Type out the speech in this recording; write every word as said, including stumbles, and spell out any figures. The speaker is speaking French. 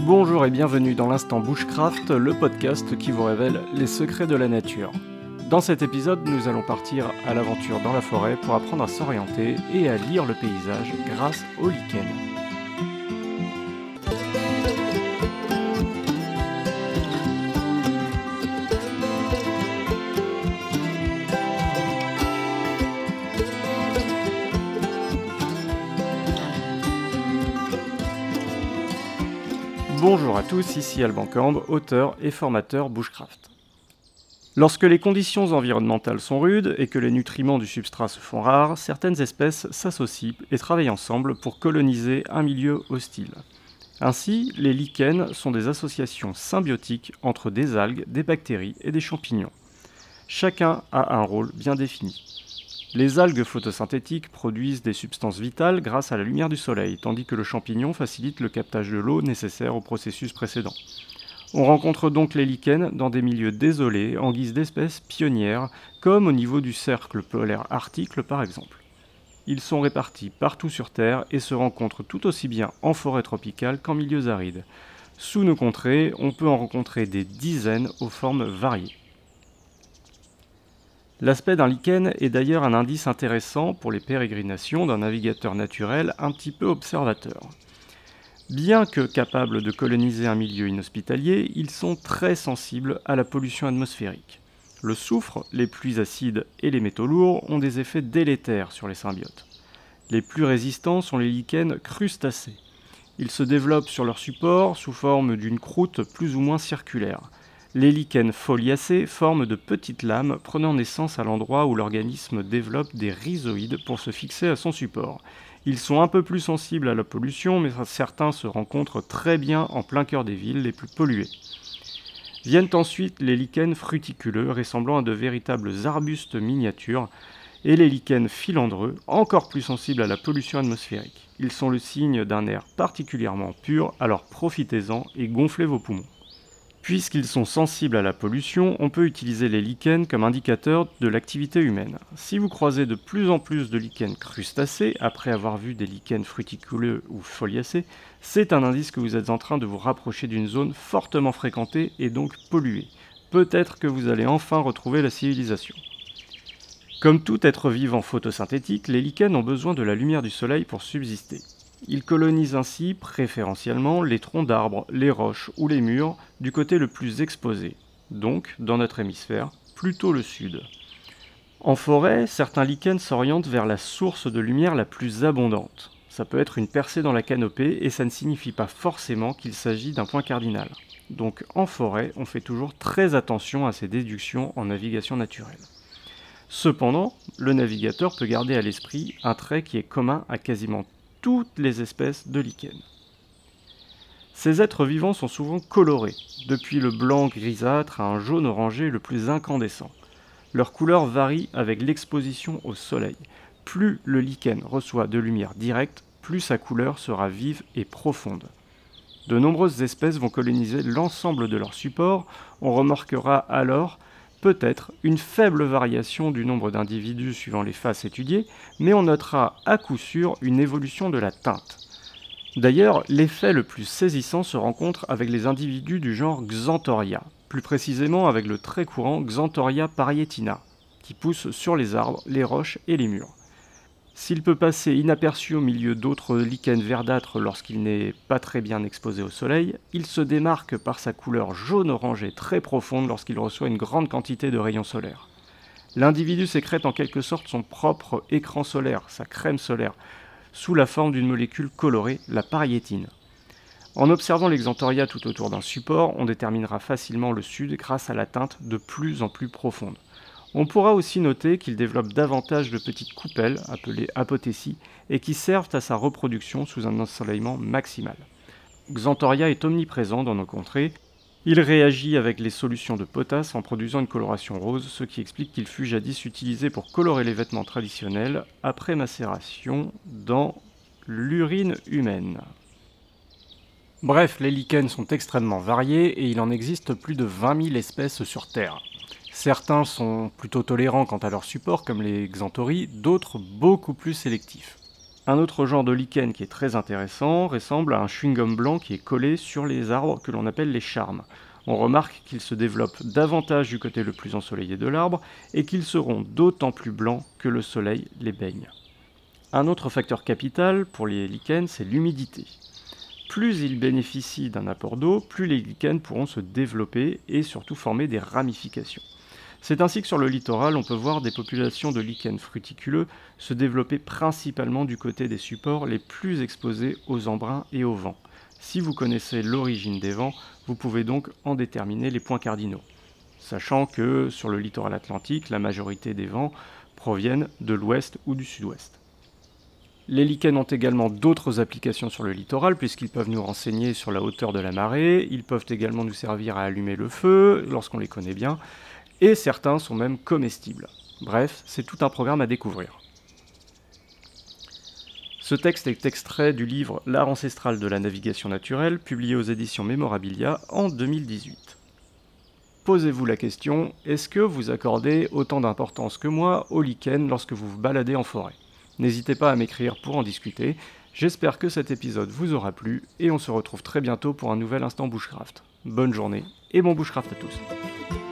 Bonjour et bienvenue dans l'Instant Bushcraft, le podcast qui vous révèle les secrets de la nature. Dans cet épisode, nous allons partir à l'aventure dans la forêt pour apprendre à s'orienter et à lire le paysage grâce au lichen. Bonjour à tous, ici Alban Cambe, auteur et formateur Bushcraft. Lorsque les conditions environnementales sont rudes et que les nutriments du substrat se font rares, certaines espèces s'associent et travaillent ensemble pour coloniser un milieu hostile. Ainsi, les lichens sont des associations symbiotiques entre des algues, des bactéries et des champignons. Chacun a un rôle bien défini. Les algues photosynthétiques produisent des substances vitales grâce à la lumière du soleil, tandis que le champignon facilite le captage de l'eau nécessaire au processus précédent. On rencontre donc les lichens dans des milieux désolés en guise d'espèces pionnières, comme au niveau du cercle polaire arctique par exemple. Ils sont répartis partout sur Terre et se rencontrent tout aussi bien en forêt tropicale qu'en milieux arides. Sous nos contrées, on peut en rencontrer des dizaines aux formes variées. L'aspect d'un lichen est d'ailleurs un indice intéressant pour les pérégrinations d'un navigateur naturel un petit peu observateur. Bien que capables de coloniser un milieu inhospitalier, ils sont très sensibles à la pollution atmosphérique. Le soufre, les pluies acides et les métaux lourds ont des effets délétères sur les symbiotes. Les plus résistants sont les lichens crustacés. Ils se développent sur leur support sous forme d'une croûte plus ou moins circulaire. Les lichens foliacés forment de petites lames prenant naissance à l'endroit où l'organisme développe des rhizoïdes pour se fixer à son support. Ils sont un peu plus sensibles à la pollution, mais certains se rencontrent très bien en plein cœur des villes les plus polluées. Viennent ensuite les lichens fruticuleux, ressemblant à de véritables arbustes miniatures, et les lichens filandreux, encore plus sensibles à la pollution atmosphérique. Ils sont le signe d'un air particulièrement pur, alors profitez-en et gonflez vos poumons. Puisqu'ils sont sensibles à la pollution, on peut utiliser les lichens comme indicateur de l'activité humaine. Si vous croisez de plus en plus de lichens crustacés, après avoir vu des lichens fruticuleux ou foliacés, c'est un indice que vous êtes en train de vous rapprocher d'une zone fortement fréquentée et donc polluée. Peut-être que vous allez enfin retrouver la civilisation. Comme tout être vivant photosynthétique, les lichens ont besoin de la lumière du soleil pour subsister. Ils colonisent ainsi préférentiellement les troncs d'arbres, les roches ou les murs du côté le plus exposé, donc dans notre hémisphère, plutôt le sud. En forêt, certains lichens s'orientent vers la source de lumière la plus abondante. Ça peut être une percée dans la canopée et ça ne signifie pas forcément qu'il s'agit d'un point cardinal. Donc en forêt, on fait toujours très attention à ces déductions en navigation naturelle. Cependant, le navigateur peut garder à l'esprit un trait qui est commun à quasiment toutes les espèces de lichens. Ces êtres vivants sont souvent colorés, depuis le blanc grisâtre à un jaune orangé le plus incandescent. Leur couleur varie avec l'exposition au soleil. Plus le lichen reçoit de lumière directe, plus sa couleur sera vive et profonde. De nombreuses espèces vont coloniser l'ensemble de leur support. On remarquera alors peut-être une faible variation du nombre d'individus suivant les faces étudiées, mais on notera à coup sûr une évolution de la teinte. D'ailleurs, l'effet le plus saisissant se rencontre avec les individus du genre Xanthoria, plus précisément avec le très courant Xanthoria parietina, qui pousse sur les arbres, les roches et les murs. S'il peut passer inaperçu au milieu d'autres lichens verdâtres lorsqu'il n'est pas très bien exposé au soleil, il se démarque par sa couleur jaune-orangé très profonde lorsqu'il reçoit une grande quantité de rayons solaires. L'individu sécrète en quelque sorte son propre écran solaire, sa crème solaire, sous la forme d'une molécule colorée, la pariétine. En observant les Xanthoria tout autour d'un support, on déterminera facilement le sud grâce à la teinte de plus en plus profonde. On pourra aussi noter qu'il développe davantage de petites coupelles, appelées apothéties, et qui servent à sa reproduction sous un ensoleillement maximal. Xanthoria est omniprésent dans nos contrées. Il réagit avec les solutions de potasse en produisant une coloration rose, ce qui explique qu'il fut jadis utilisé pour colorer les vêtements traditionnels après macération dans l'urine humaine. Bref, les lichens sont extrêmement variés et il en existe plus de vingt mille espèces sur Terre. Certains sont plutôt tolérants quant à leur support, comme les Xanthori, d'autres beaucoup plus sélectifs. Un autre genre de lichen qui est très intéressant ressemble à un chewing-gum blanc qui est collé sur les arbres que l'on appelle les charmes. On remarque qu'ils se développent davantage du côté le plus ensoleillé de l'arbre et qu'ils seront d'autant plus blancs que le soleil les baigne. Un autre facteur capital pour les lichens, c'est l'humidité. Plus ils bénéficient d'un apport d'eau, plus les lichens pourront se développer et surtout former des ramifications. C'est ainsi que sur le littoral, on peut voir des populations de lichens fruticuleux se développer principalement du côté des supports les plus exposés aux embruns et au vent. Si vous connaissez l'origine des vents, vous pouvez donc en déterminer les points cardinaux. Sachant que sur le littoral atlantique, la majorité des vents proviennent de l'ouest ou du sud-ouest. Les lichens ont également d'autres applications sur le littoral puisqu'ils peuvent nous renseigner sur la hauteur de la marée, ils peuvent également nous servir à allumer le feu lorsqu'on les connaît bien, et certains sont même comestibles. Bref, c'est tout un programme à découvrir. Ce texte est extrait du livre L'art ancestral de la navigation naturelle, publié aux éditions Memorabilia en deux mille dix-huit. Posez-vous la question, est-ce que vous accordez autant d'importance que moi aux lichens lorsque vous vous baladez en forêt ? N'hésitez pas à m'écrire pour en discuter. J'espère que cet épisode vous aura plu et on se retrouve très bientôt pour un nouvel Instant Bushcraft. Bonne journée et bon Bushcraft à tous.